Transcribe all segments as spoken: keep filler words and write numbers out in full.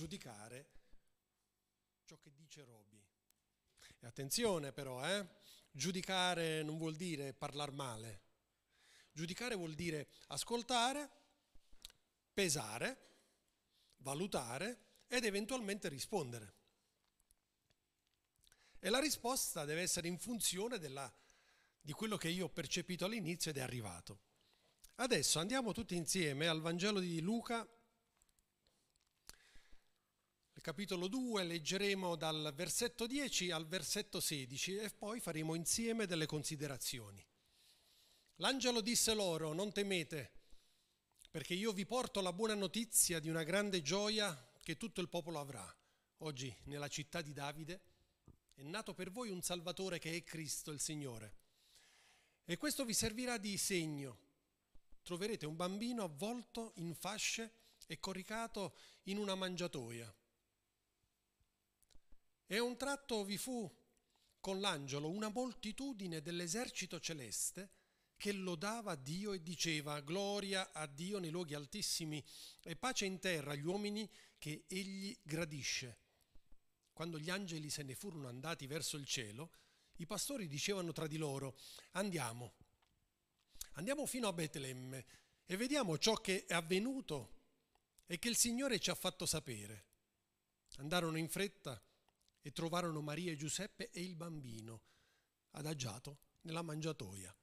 giudicare ciò che dice Roby. E attenzione però, eh? Giudicare non vuol dire parlare male. Giudicare vuol dire ascoltare, pesare, valutare ed eventualmente rispondere. E la risposta deve essere in funzione della, di quello che io ho percepito all'inizio ed è arrivato. Adesso andiamo tutti insieme al Vangelo di Luca, il capitolo due, leggeremo dal versetto dieci al versetto sedici e poi faremo insieme delle considerazioni. L'angelo disse loro: non temete, perché io vi porto la buona notizia di una grande gioia che tutto il popolo avrà. Oggi nella città di Davide è nato per voi un Salvatore che è Cristo il Signore. E questo vi servirà di segno. Troverete un bambino avvolto in fasce e coricato in una mangiatoia. E a un tratto vi fu con l'angelo una moltitudine dell'esercito celeste che lodava Dio e diceva: gloria a Dio nei luoghi altissimi e pace in terra agli uomini che egli gradisce. Quando gli angeli se ne furono andati verso il cielo, i pastori dicevano tra di loro: andiamo, andiamo fino a Betlemme e vediamo ciò che è avvenuto e che il Signore ci ha fatto sapere. Andarono in fretta e trovarono Maria e Giuseppe e il bambino adagiato nella mangiatoia.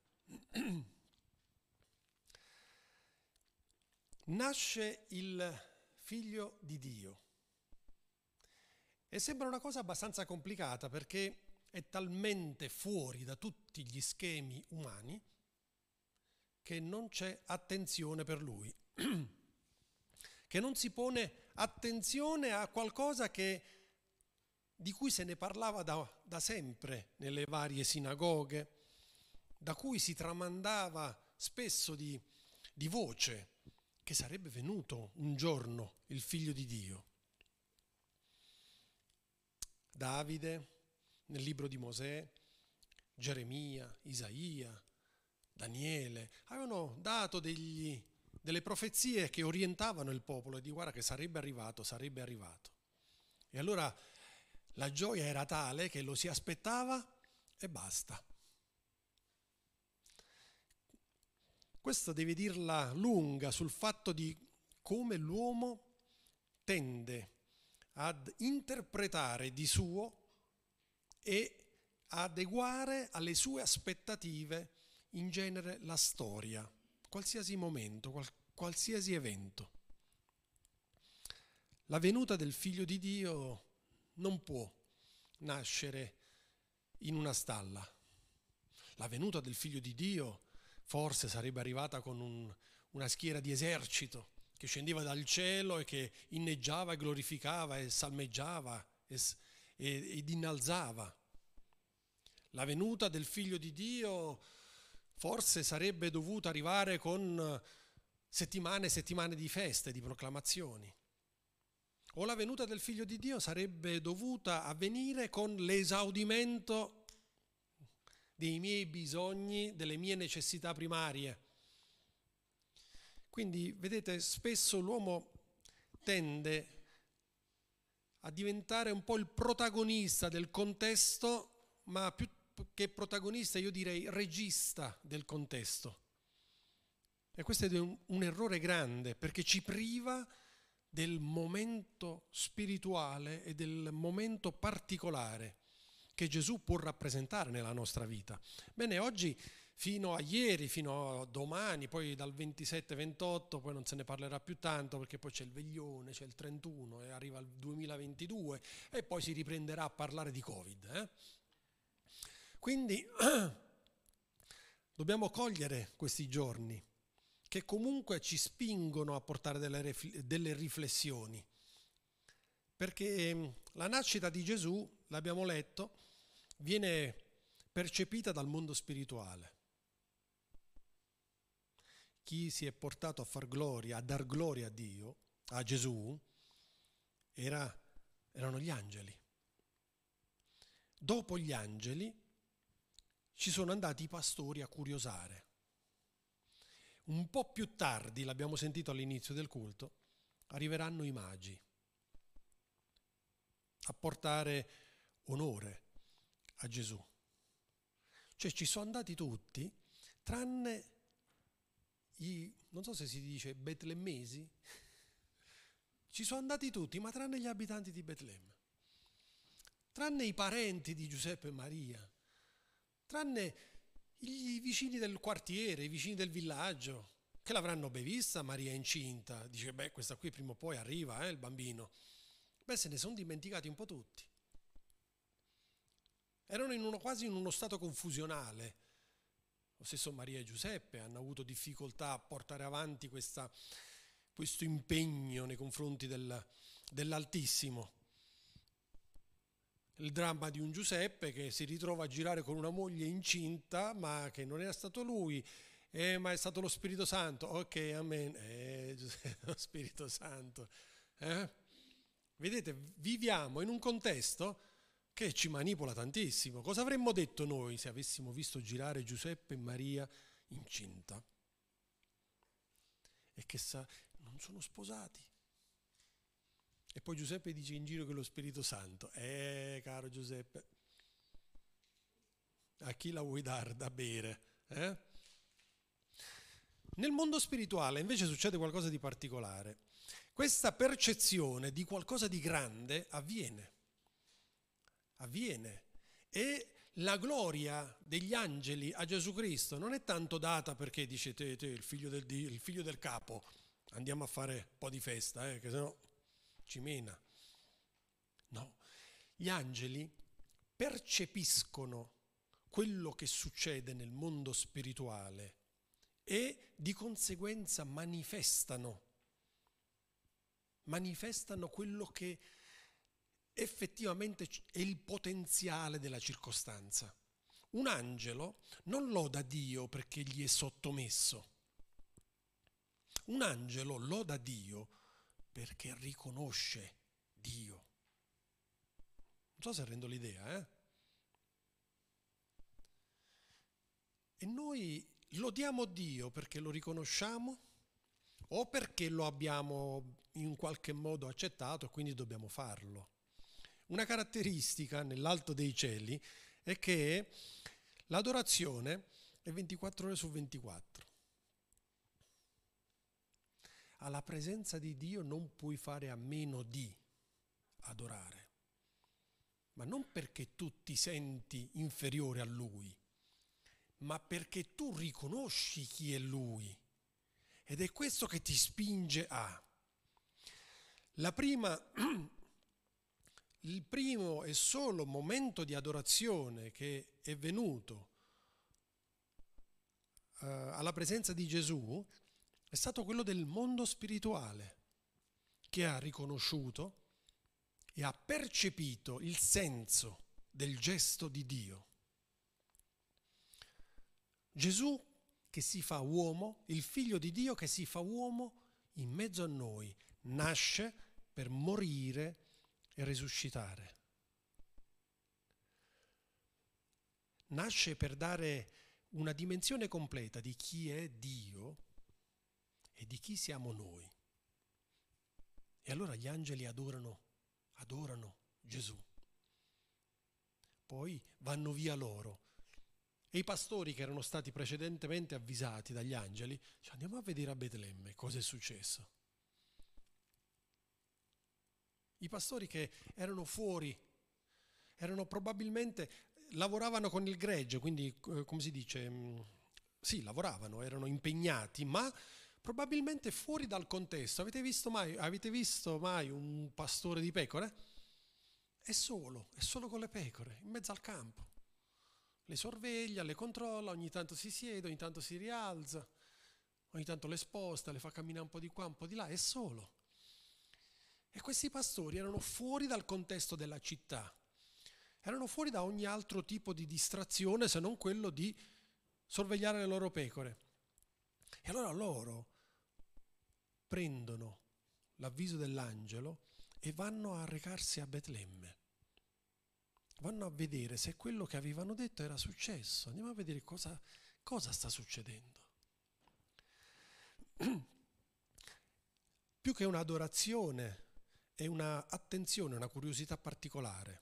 Nasce il figlio di Dio e sembra una cosa abbastanza complicata perché è talmente fuori da tutti gli schemi umani che non c'è attenzione per lui, che non si pone attenzione a qualcosa che, di cui se ne parlava da, da sempre nelle varie sinagoghe, da cui si tramandava spesso di, di voce che sarebbe venuto un giorno il figlio di Dio. Davide, nel libro di Mosè, Geremia, Isaia, Daniele, avevano dato degli, delle profezie che orientavano il popolo e di guarda che sarebbe arrivato, sarebbe arrivato. E allora la gioia era tale che lo si aspettava e basta. Questo deve dirla lunga sul fatto di come l'uomo tende ad interpretare di suo e adeguare alle sue aspettative in genere la storia, qualsiasi momento, qual- qualsiasi evento. La venuta del Figlio di Dio non può nascere in una stalla. La venuta del Figlio di Dio forse sarebbe arrivata con un, una schiera di esercito che scendeva dal cielo e che inneggiava e glorificava e salmeggiava e, e, ed innalzava. La venuta del Figlio di Dio forse sarebbe dovuta arrivare con settimane e settimane di feste, di proclamazioni. O la venuta del Figlio di Dio sarebbe dovuta avvenire con l'esaudimento dei miei bisogni, delle mie necessità primarie. Quindi, vedete, spesso l'uomo tende a diventare un po' il protagonista del contesto, ma più che protagonista io direi regista del contesto. E questo è un, un errore grande, perché ci priva del momento spirituale e del momento particolare che Gesù può rappresentare nella nostra vita. Bene, oggi fino a ieri, fino a domani, poi dal ventisette ventotto, poi non se ne parlerà più tanto perché poi c'è il veglione, c'è il trentuno e arriva il duemilaventidue e poi si riprenderà a parlare di Covid. Eh? Quindi dobbiamo cogliere questi giorni che comunque ci spingono a portare delle, delle riflessioni. Perché la nascita di Gesù, l'abbiamo letto, viene percepita dal mondo spirituale. Chi si è portato a far gloria, a dar gloria a Dio, a Gesù, era, erano gli angeli. Dopo gli angeli ci sono andati i pastori a curiosare. Un po' più tardi, l'abbiamo sentito all'inizio del culto, arriveranno i magi. a portare onore a Gesù. Cioè ci sono andati tutti, tranne i, non so se si dice betlemmesi, ci sono andati tutti, ma tranne gli abitanti di Betlemme, tranne i parenti di Giuseppe e Maria, tranne i vicini del quartiere, i vicini del villaggio, che l'avranno ben vista Maria incinta. Dice, beh, questa qui prima o poi arriva, eh, il bambino. Beh, se ne sono dimenticati un po' tutti. Erano in uno, quasi in uno stato confusionale. Lo stesso Maria e Giuseppe hanno avuto difficoltà a portare avanti questa, questo impegno nei confronti del, dell'Altissimo. Il dramma di un Giuseppe che si ritrova a girare con una moglie incinta, ma che non era stato lui, eh, ma è stato lo Spirito Santo. Ok, amen. Eh, Giuseppe, lo Spirito Santo. Eh? Vedete, viviamo in un contesto che ci manipola tantissimo. Cosa avremmo detto noi se avessimo visto girare Giuseppe e Maria incinta? E che sa, non sono sposati. E poi Giuseppe dice in giro che lo Spirito Santo. Eh, caro Giuseppe, a chi la vuoi dare da bere? Eh? Nel mondo spirituale invece succede qualcosa di particolare. Questa percezione di qualcosa di grande avviene. Avviene. E la gloria degli angeli a Gesù Cristo non è tanto data perché dice te, te il, figlio del, il figlio del capo, andiamo a fare un po' di festa, eh, che sennò ci mena. No, gli angeli percepiscono quello che succede nel mondo spirituale e di conseguenza manifestano, manifestano quello che effettivamente è il potenziale della circostanza. Un angelo non loda Dio perché gli è sottomesso. Un angelo loda Dio perché riconosce Dio. Non so se rendo l'idea, eh? E noi lodiamo Dio perché lo riconosciamo o perché lo abbiamo in qualche modo accettato e quindi dobbiamo farlo. Una caratteristica nell'alto dei cieli è che l'adorazione è ventiquattro ore su ventiquattro. Alla presenza di Dio non puoi fare a meno di adorare, ma non perché tu ti senti inferiore a Lui, ma perché tu riconosci chi è Lui. Ed è questo che ti spinge a. La prima, il primo e solo momento di adorazione che è venuto uh, alla presenza di Gesù è stato quello del mondo spirituale, che ha riconosciuto e ha percepito il senso del gesto di Dio. Gesù che si fa uomo, il figlio di Dio che si fa uomo in mezzo a noi, nasce per morire e risuscitare. Nasce per dare una dimensione completa di chi è Dio e di chi siamo noi. E allora gli angeli adorano, adorano Gesù. Poi vanno via loro. E i pastori che erano stati precedentemente avvisati dagli angeli, cioè andiamo a vedere a Betlemme cosa è successo. I pastori che erano fuori, erano probabilmente, lavoravano con il gregge, quindi eh, come si dice, mh, sì, lavoravano, erano impegnati, ma probabilmente fuori dal contesto. Avete visto mai, avete visto mai un pastore di pecore? È solo, è solo con le pecore, in mezzo al campo. Le sorveglia, le controlla, ogni tanto si siede, ogni tanto si rialza, ogni tanto le sposta, le fa camminare un po' di qua, un po' di là, è solo. E questi pastori erano fuori dal contesto della città, erano fuori da ogni altro tipo di distrazione se non quello di sorvegliare le loro pecore. E allora loro prendono l'avviso dell'angelo e vanno a recarsi a Betlemme. Vanno a vedere se quello che avevano detto era successo. Andiamo a vedere cosa, cosa sta succedendo. Più che un'adorazione, è è una attenzione, una curiosità particolare.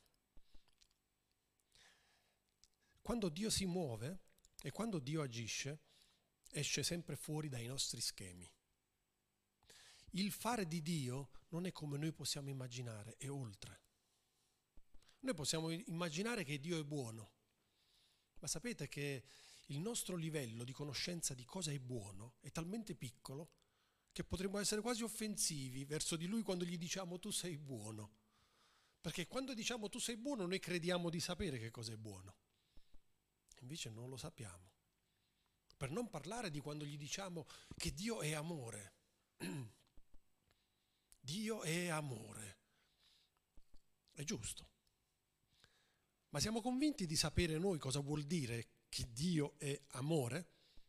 Quando Dio si muove e quando Dio agisce, esce sempre fuori dai nostri schemi. Il fare di Dio non è come noi possiamo immaginare, è oltre. Noi possiamo immaginare che Dio è buono, ma sapete che il nostro livello di conoscenza di cosa è buono è talmente piccolo che potremmo essere quasi offensivi verso di Lui quando gli diciamo tu sei buono. Perché quando diciamo tu sei buono noi crediamo di sapere che cosa è buono. Invece non lo sappiamo. Per non parlare di quando gli diciamo che Dio è amore. Dio è amore. È giusto. Ma siamo convinti di sapere noi cosa vuol dire che Dio è amore?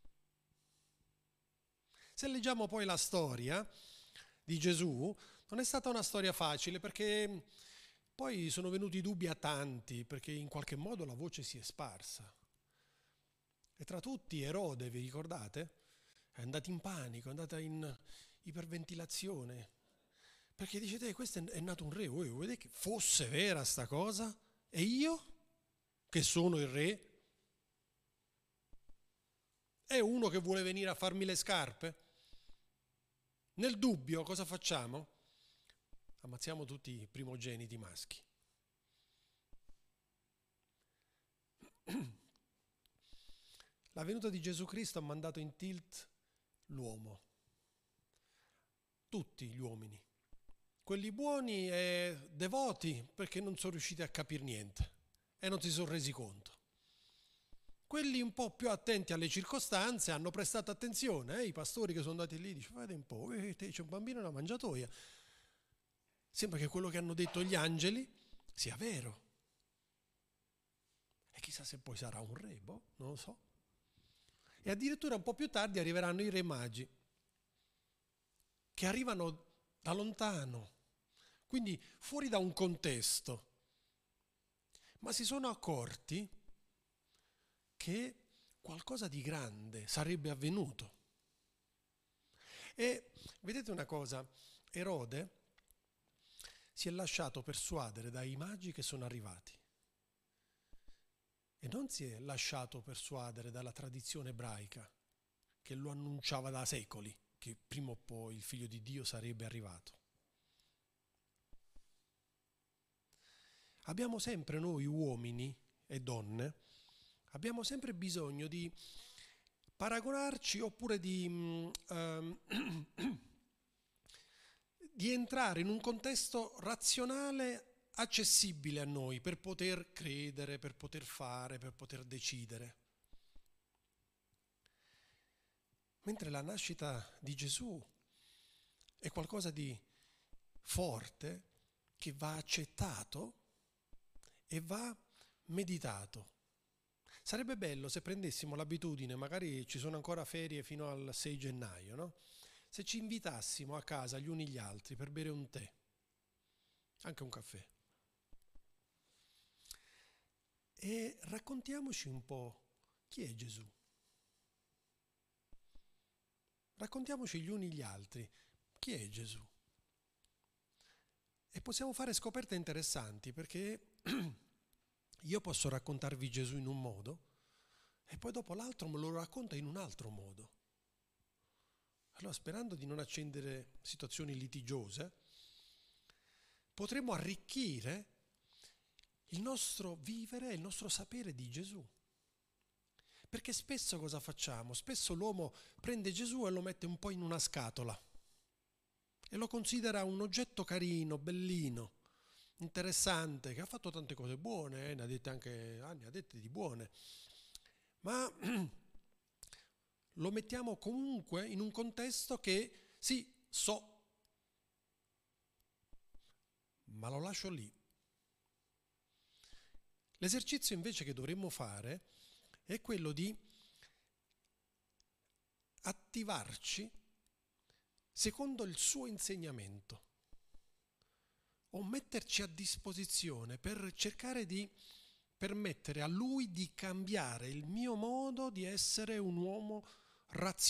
Se leggiamo poi la storia di Gesù, non è stata una storia facile perché poi sono venuti dubbi a tanti, perché in qualche modo la voce si è sparsa. E tra tutti Erode, vi ricordate? È andato in panico, è andato in iperventilazione, perché dice, te, questo è nato un re, voi vedete che fosse vera sta cosa? E io, che sono il re? È uno che vuole venire a farmi le scarpe? Nel dubbio cosa facciamo? Ammazziamo tutti i primogeniti maschi. La venuta di Gesù Cristo ha mandato in tilt l'uomo, tutti gli uomini, quelli buoni e devoti perché non sono riusciti a capire niente e non si sono resi conto. Quelli un po' più attenti alle circostanze hanno prestato attenzione, eh? I pastori che sono andati lì dicono, guarda un po', eh, c'è un bambino nella mangiatoia. Sembra che quello che hanno detto gli angeli sia vero. E chissà se poi sarà un re, boh, non lo so. E addirittura un po' più tardi arriveranno i re magi, che arrivano da lontano, quindi fuori da un contesto, ma si sono accorti che qualcosa di grande sarebbe avvenuto. E vedete una cosa, Erode si è lasciato persuadere dai magi che sono arrivati e non si è lasciato persuadere dalla tradizione ebraica che lo annunciava da secoli che prima o poi il figlio di Dio sarebbe arrivato. Abbiamo sempre noi uomini e donne, abbiamo sempre bisogno di paragonarci oppure di, um, di entrare in un contesto razionale accessibile a noi per poter credere, per poter fare, per poter decidere. Mentre la nascita di Gesù è qualcosa di forte che va accettato e va meditato. Sarebbe bello se prendessimo l'abitudine, magari ci sono ancora ferie fino al sei gennaio, no? Se ci invitassimo a casa gli uni gli altri per bere un tè, anche un caffè, e raccontiamoci un po' chi è Gesù. Raccontiamoci gli uni gli altri chi è Gesù. E possiamo fare scoperte interessanti perché io posso raccontarvi Gesù in un modo e poi dopo l'altro me lo racconta in un altro modo. Allora, sperando di non accendere situazioni litigiose, potremo arricchire il nostro vivere e il nostro sapere di Gesù. Perché spesso cosa facciamo? Spesso l'uomo prende Gesù e lo mette un po' in una scatola e lo considera un oggetto carino, bellino, interessante, che ha fatto tante cose buone, eh, ne ha dette anche, ah, ne ha dette di buone, ma lo mettiamo comunque in un contesto che sì, so, ma lo lascio lì. L'esercizio invece che dovremmo fare è quello di attivarci secondo il suo insegnamento o metterci a disposizione per cercare di permettere a lui di cambiare il mio modo di essere un uomo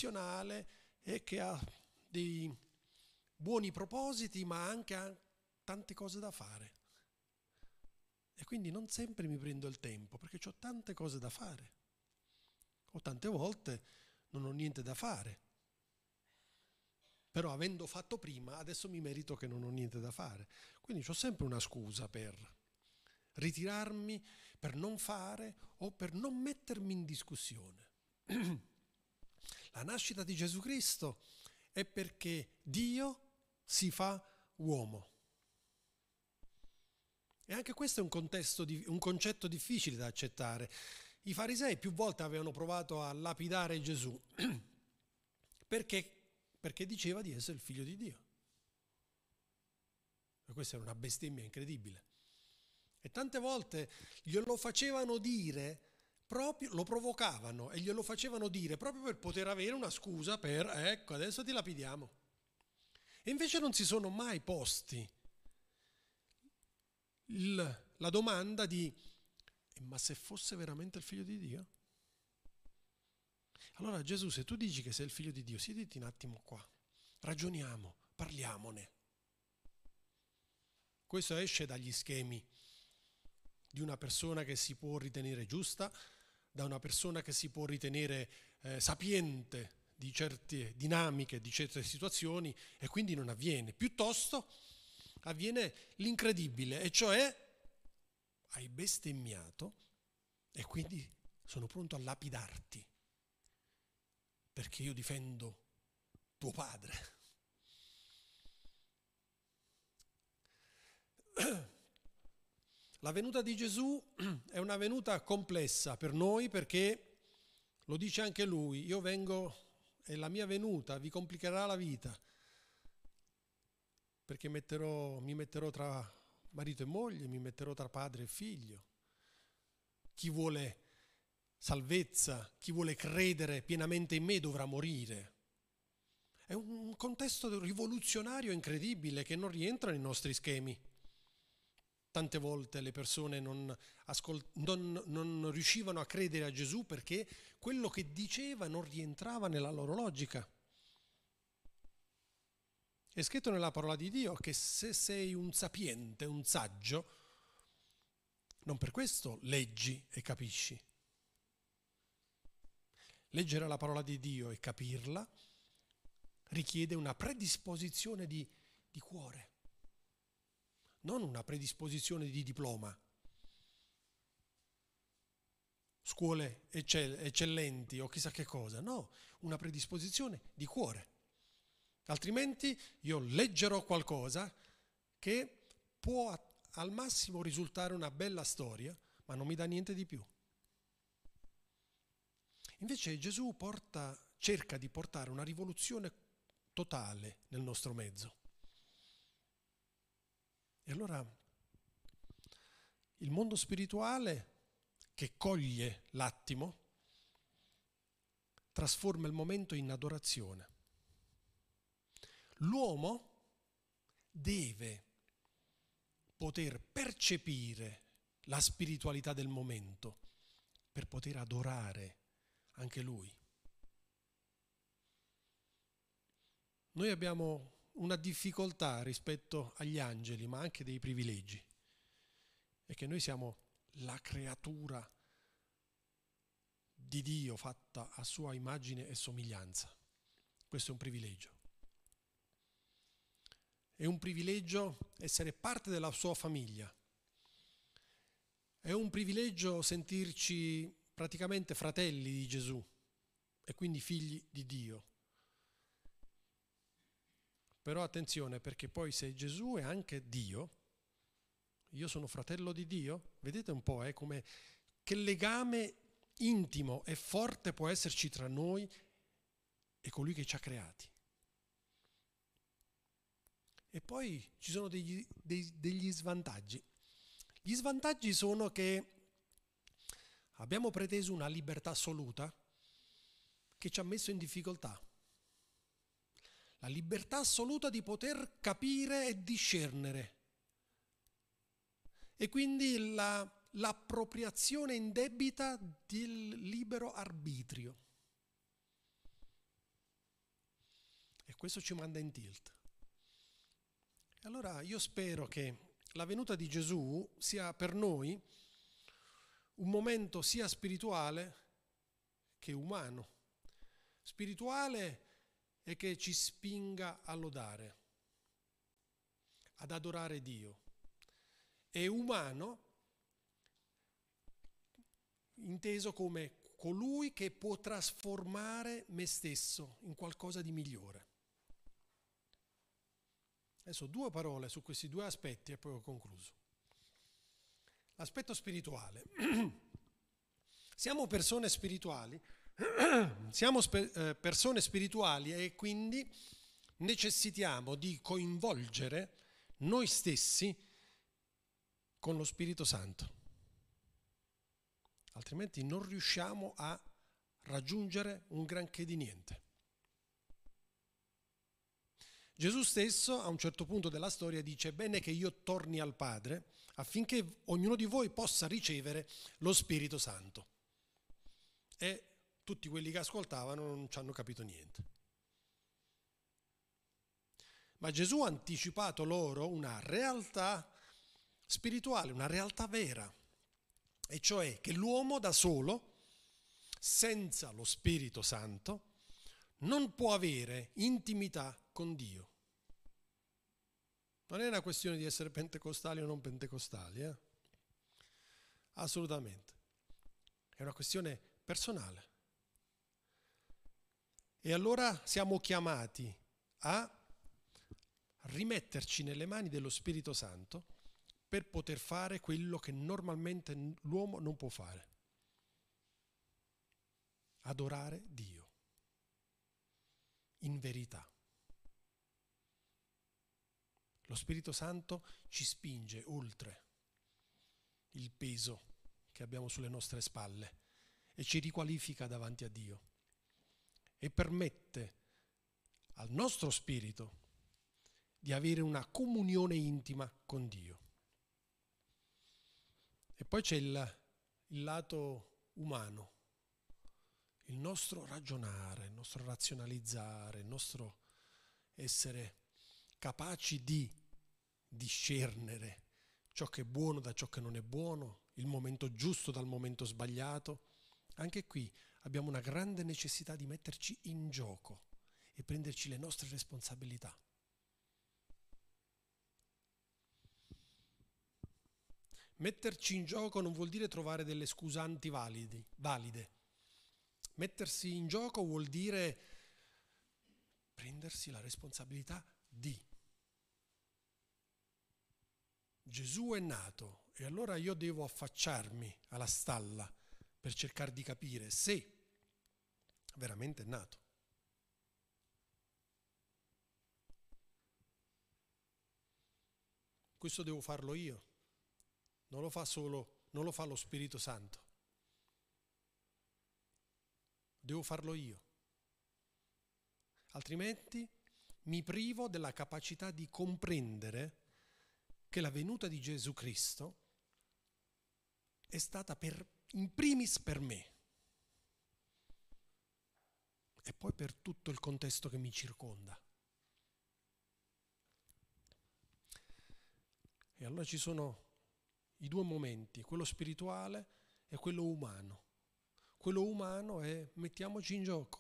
razionale e che ha dei buoni propositi ma anche ha tante cose da fare. E quindi non sempre mi prendo il tempo, perché ho tante cose da fare. O tante volte non ho niente da fare. Però avendo fatto prima, adesso mi merito che non ho niente da fare. Quindi ho sempre una scusa per ritirarmi, per non fare o per non mettermi in discussione. La nascita di Gesù Cristo è perché Dio si fa uomo. E anche questo è un contesto, un concetto difficile da accettare. I farisei più volte avevano provato a lapidare Gesù perché, perché diceva di essere il figlio di Dio. E questa era una bestemmia incredibile. E tante volte glielo facevano dire, proprio, lo provocavano e glielo facevano dire proprio per poter avere una scusa per, ecco, adesso ti lapidiamo. E invece non si sono mai posti il, la domanda di, ma se fosse veramente il figlio di Dio? Allora Gesù, se tu dici che sei il figlio di Dio, siediti un attimo qua, ragioniamo, parliamone. Questo esce dagli schemi di una persona che si può ritenere giusta, da una persona che si può ritenere eh, sapiente di certe dinamiche, di certe situazioni, e quindi non avviene. Piuttosto avviene l'incredibile, e cioè hai bestemmiato e quindi sono pronto a lapidarti perché io difendo tuo padre. La venuta di Gesù è una venuta complessa per noi perché, lo dice anche lui, io vengo e la mia venuta vi complicherà la vita perché metterò, mi metterò tra marito e moglie, mi metterò tra padre e figlio. Chi vuole salvezza, chi vuole credere pienamente in me dovrà morire. È un contesto rivoluzionario incredibile che non rientra nei nostri schemi. Tante volte le persone non, ascolt- non, non riuscivano a credere a Gesù perché quello che diceva non rientrava nella loro logica. È scritto nella parola di Dio che se sei un sapiente, un saggio, non per questo leggi e capisci. Leggere la parola di Dio e capirla richiede una predisposizione di, di cuore. Non una predisposizione di diploma, scuole eccellenti o chissà che cosa, no, una predisposizione di cuore. Altrimenti io leggerò qualcosa che può al massimo risultare una bella storia, ma non mi dà niente di più. Invece Gesù porta, cerca di portare una rivoluzione totale nel nostro mezzo. E allora il mondo spirituale che coglie l'attimo trasforma il momento in adorazione. L'uomo deve poter percepire la spiritualità del momento per poter adorare anche lui. Noi abbiamo una difficoltà rispetto agli angeli, ma anche dei privilegi, è che noi siamo la creatura di Dio fatta a sua immagine e somiglianza. Questo è un privilegio. È un privilegio essere parte della sua famiglia. È un privilegio sentirci praticamente fratelli di Gesù e quindi figli di Dio. Però attenzione, perché poi se Gesù è anche Dio, io sono fratello di Dio, vedete un po', eh, come che legame intimo e forte può esserci tra noi e colui che ci ha creati. E poi ci sono degli, dei, degli svantaggi. Gli svantaggi sono che abbiamo preteso una libertà assoluta che ci ha messo in difficoltà. La libertà assoluta di poter capire e discernere. E quindi la, l'appropriazione indebita del libero arbitrio. E questo ci manda in tilt. E allora io spero che la venuta di Gesù sia per noi un momento sia spirituale che umano. Spirituale è che ci spinga a lodare, ad adorare Dio. E umano inteso come colui che può trasformare me stesso in qualcosa di migliore. Adesso due parole su questi due aspetti e poi ho concluso. L'aspetto spirituale. Siamo persone spirituali, siamo spe- eh, persone spirituali e quindi necessitiamo di coinvolgere noi stessi con lo Spirito Santo. Altrimenti non riusciamo a raggiungere un granché di niente. Gesù stesso a un certo punto della storia dice: è bene che io torni al Padre affinché ognuno di voi possa ricevere lo Spirito Santo. E tutti quelli che ascoltavano non ci hanno capito niente. Ma Gesù ha anticipato loro una realtà spirituale, una realtà vera, e cioè che l'uomo da solo, senza lo Spirito Santo, non può avere intimità con Dio. Non è una questione di essere pentecostali o non pentecostali, eh? Assolutamente. È una questione personale. E allora siamo chiamati a rimetterci nelle mani dello Spirito Santo per poter fare quello che normalmente l'uomo non può fare. Adorare Dio. In verità. Lo Spirito Santo ci spinge oltre il peso che abbiamo sulle nostre spalle e ci riqualifica davanti a Dio e permette al nostro spirito di avere una comunione intima con Dio. E poi c'è il, il lato umano, il nostro ragionare, il nostro razionalizzare, il nostro essere capaci di discernere ciò che è buono da ciò che non è buono, il momento giusto dal momento sbagliato. Anche qui abbiamo una grande necessità di metterci in gioco e prenderci le nostre responsabilità. Metterci in gioco non vuol dire trovare delle scusanti validi, valide. Mettersi in gioco vuol dire prendersi la responsabilità di. Gesù è nato e allora io devo affacciarmi alla stalla per cercare di capire se veramente è nato. Questo devo farlo io, non lo fa solo, non lo fa lo Spirito Santo. Devo farlo io. Altrimenti mi privo della capacità di comprendere che la venuta di Gesù Cristo è stata per, in primis per me e poi per tutto il contesto che mi circonda. E allora ci sono i due momenti, quello spirituale e quello umano. Quello umano è mettiamoci in gioco.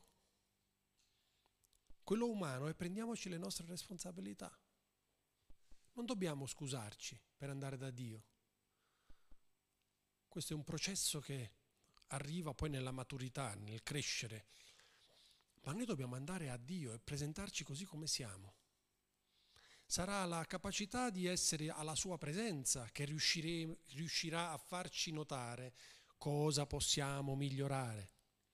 Quello umano è prendiamoci le nostre responsabilità. Non dobbiamo scusarci per andare da Dio. Questo è un processo che arriva poi nella maturità, nel crescere. Ma noi dobbiamo andare a Dio e presentarci così come siamo. Sarà la capacità di essere alla sua presenza che riuscirà a farci notare cosa possiamo migliorare.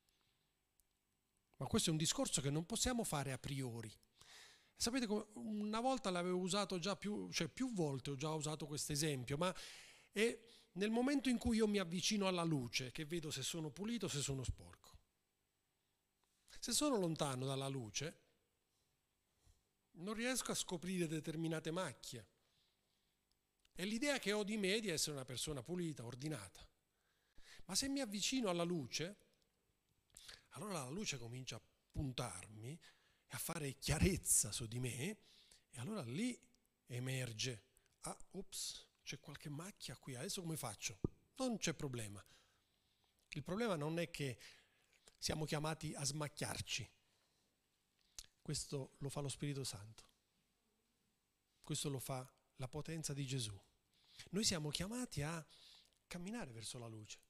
Ma questo è un discorso che non possiamo fare a priori. Sapete, una volta l'avevo usato già più, cioè più volte ho già usato questo esempio, ma è nel momento in cui io mi avvicino alla luce che vedo se sono pulito o se sono sporco. Se sono lontano dalla luce non riesco a scoprire determinate macchie. E l'idea che ho di me è di essere una persona pulita, ordinata. Ma se mi avvicino alla luce, allora la luce comincia a puntarmi e a fare chiarezza su di me, e allora lì emerge, ah, ups, c'è qualche macchia qui, adesso come faccio? Non c'è problema. Il problema non è che siamo chiamati a smacchiarci. Questo lo fa lo Spirito Santo. Questo lo fa la potenza di Gesù. Noi siamo chiamati a camminare verso la luce.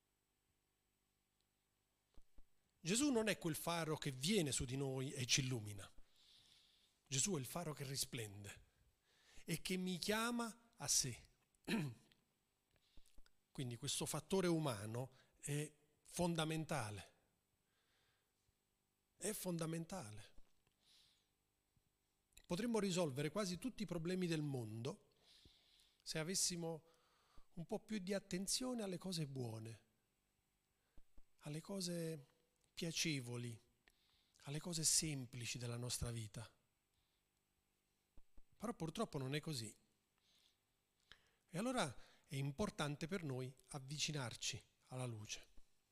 Gesù non è quel faro che viene su di noi e ci illumina. Gesù è il faro che risplende e che mi chiama a sé. Quindi questo fattore umano è fondamentale. È fondamentale. Potremmo risolvere quasi tutti i problemi del mondo se avessimo un po' più di attenzione alle cose buone, alle cose piacevoli, alle cose semplici della nostra vita. Però purtroppo non è così. E allora è importante per noi avvicinarci alla luce.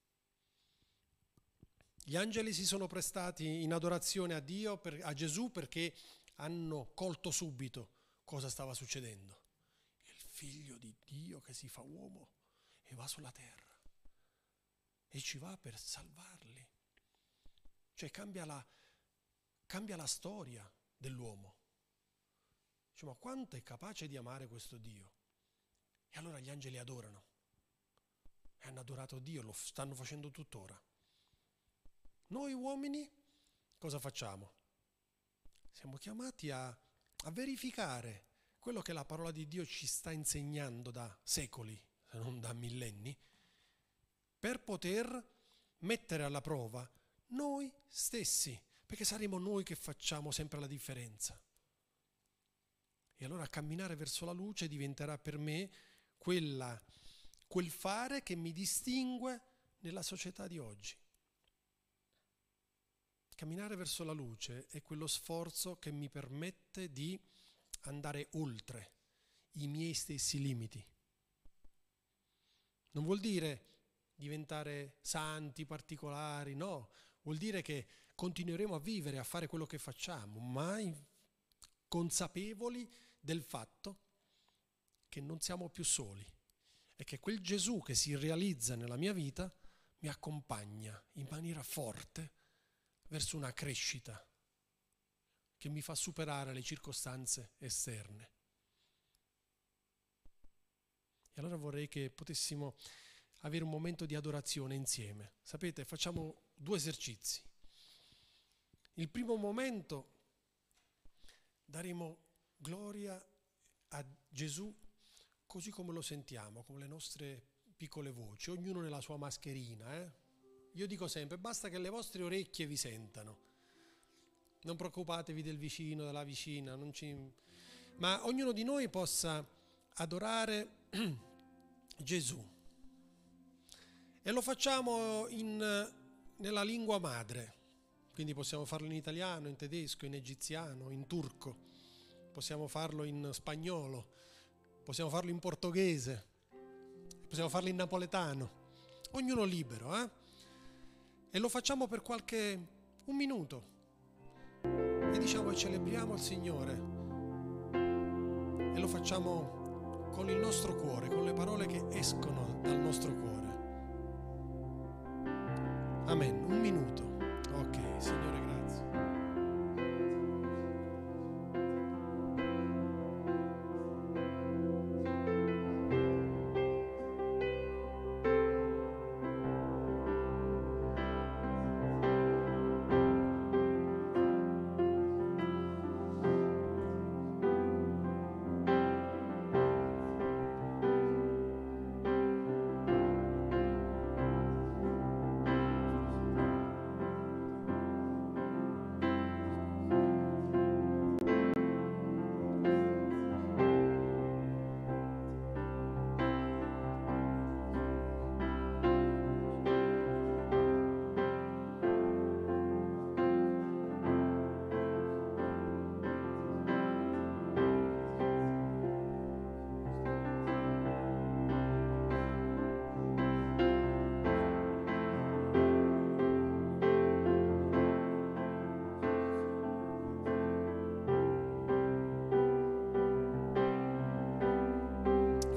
Gli angeli si sono prestati in adorazione a Dio, per, a Gesù, perché hanno colto subito cosa stava succedendo. Il figlio di Dio che si fa uomo e va sulla terra e ci va per salvarli. Cioè cambia la, cambia la storia dell'uomo. Cioè, ma quanto è capace di amare questo Dio? E allora gli angeli adorano. E hanno adorato Dio, lo stanno facendo tuttora. Noi uomini cosa facciamo? Siamo chiamati a, a verificare quello che la parola di Dio ci sta insegnando da secoli, se non da millenni, per poter mettere alla prova noi stessi, perché saremo noi che facciamo sempre la differenza. E allora camminare verso la luce diventerà per me quella, quel fare che mi distingue nella società di oggi. Camminare verso la luce è quello sforzo che mi permette di andare oltre i miei stessi limiti. Non vuol dire diventare santi, particolari, no. Vuol dire che continueremo a vivere, a fare quello che facciamo, ma consapevoli del fatto che non siamo più soli e che quel Gesù che si realizza nella mia vita mi accompagna in maniera forte verso una crescita che mi fa superare le circostanze esterne. E allora vorrei che potessimo avere un momento di adorazione insieme. Sapete, facciamo due esercizi. Il primo momento daremo gloria a Gesù così come lo sentiamo, con le nostre piccole voci, ognuno nella sua mascherina. Eh? Io dico sempre, basta che le vostre orecchie vi sentano. Non preoccupatevi del vicino, della vicina, non ci... ma ognuno di noi possa adorare Gesù. E lo facciamo in, nella lingua madre, quindi possiamo farlo in italiano, in tedesco, in egiziano, in turco, possiamo farlo in spagnolo, possiamo farlo in portoghese, possiamo farlo in napoletano, ognuno libero, eh? E lo facciamo per qualche, un minuto, e diciamo che celebriamo il Signore, e lo facciamo con il nostro cuore, con le parole che escono dal nostro cuore. Amen. Un minuto. Ok, Signore, grazie.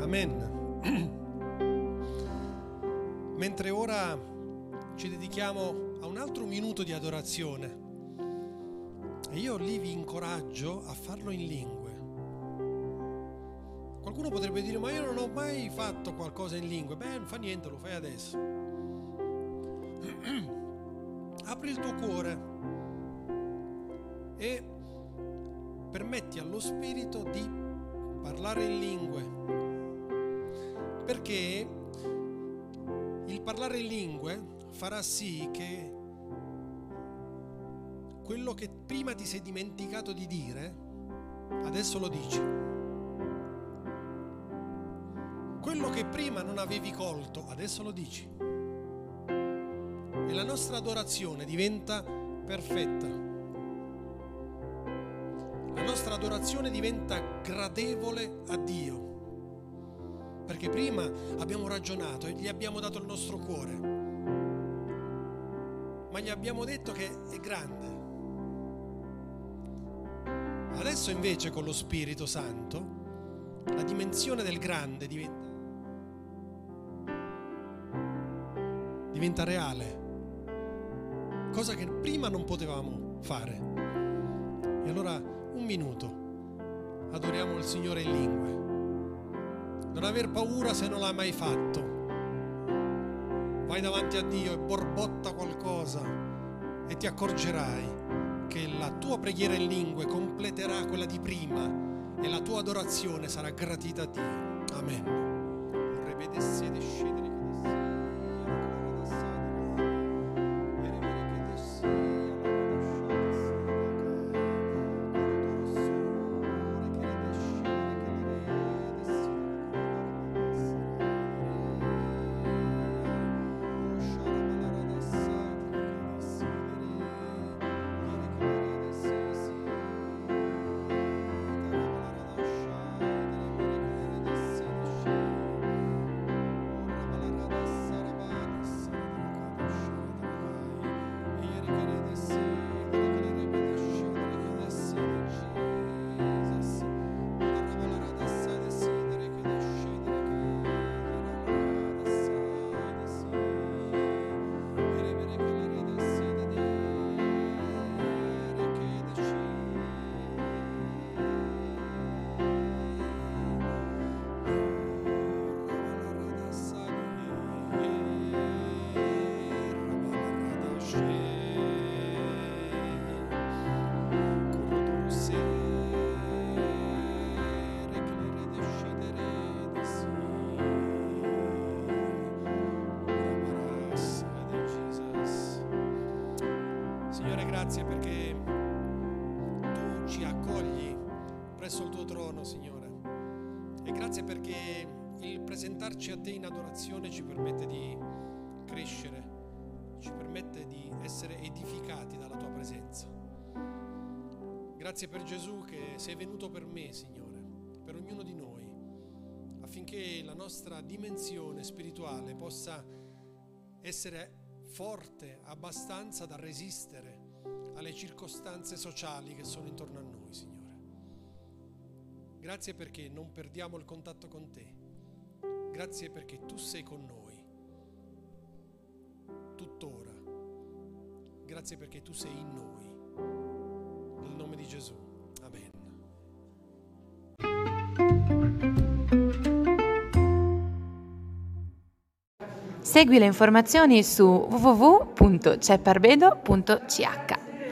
Amen. Mentre ora ci dedichiamo a un altro minuto di adorazione, e io lì vi incoraggio a farlo in lingue. Qualcuno potrebbe dire: ma io non ho mai fatto qualcosa in lingue. Beh, non fa niente, lo fai adesso. Apri il tuo cuore e permetti allo Spirito di parlare in lingue, perché il parlare in lingue farà sì che quello che prima ti sei dimenticato di dire, adesso lo dici. Quello che prima non avevi colto, adesso lo dici. E la nostra adorazione diventa perfetta. La nostra adorazione diventa gradevole a Dio. Perché prima abbiamo ragionato e gli abbiamo dato il nostro cuore, ma gli abbiamo detto che è grande. Adesso invece con lo Spirito Santo la dimensione del grande diventa, diventa reale, cosa che prima non potevamo fare. E allora un minuto adoriamo il Signore in lingue. Non aver paura se non l'hai mai fatto. Vai davanti a Dio e borbotta qualcosa e ti accorgerai che la tua preghiera in lingue completerà quella di prima e la tua adorazione sarà gratita a Dio. Amen. Grazie perché tu ci accogli presso il tuo trono, Signore, e grazie perché il presentarci a te in adorazione ci permette di crescere, ci permette di essere edificati dalla tua presenza. Grazie per Gesù che sei venuto per me, Signore, per ognuno di noi, affinché la nostra dimensione spirituale possa essere forte abbastanza da resistere alle circostanze sociali che sono intorno a noi, Signore. Grazie perché non perdiamo il contatto con te. Grazie perché tu sei con noi tuttora. Grazie perché tu sei in noi. Nel nome di Gesù. Amen. Segui le informazioni su w w w punto cepparbedo punto c h.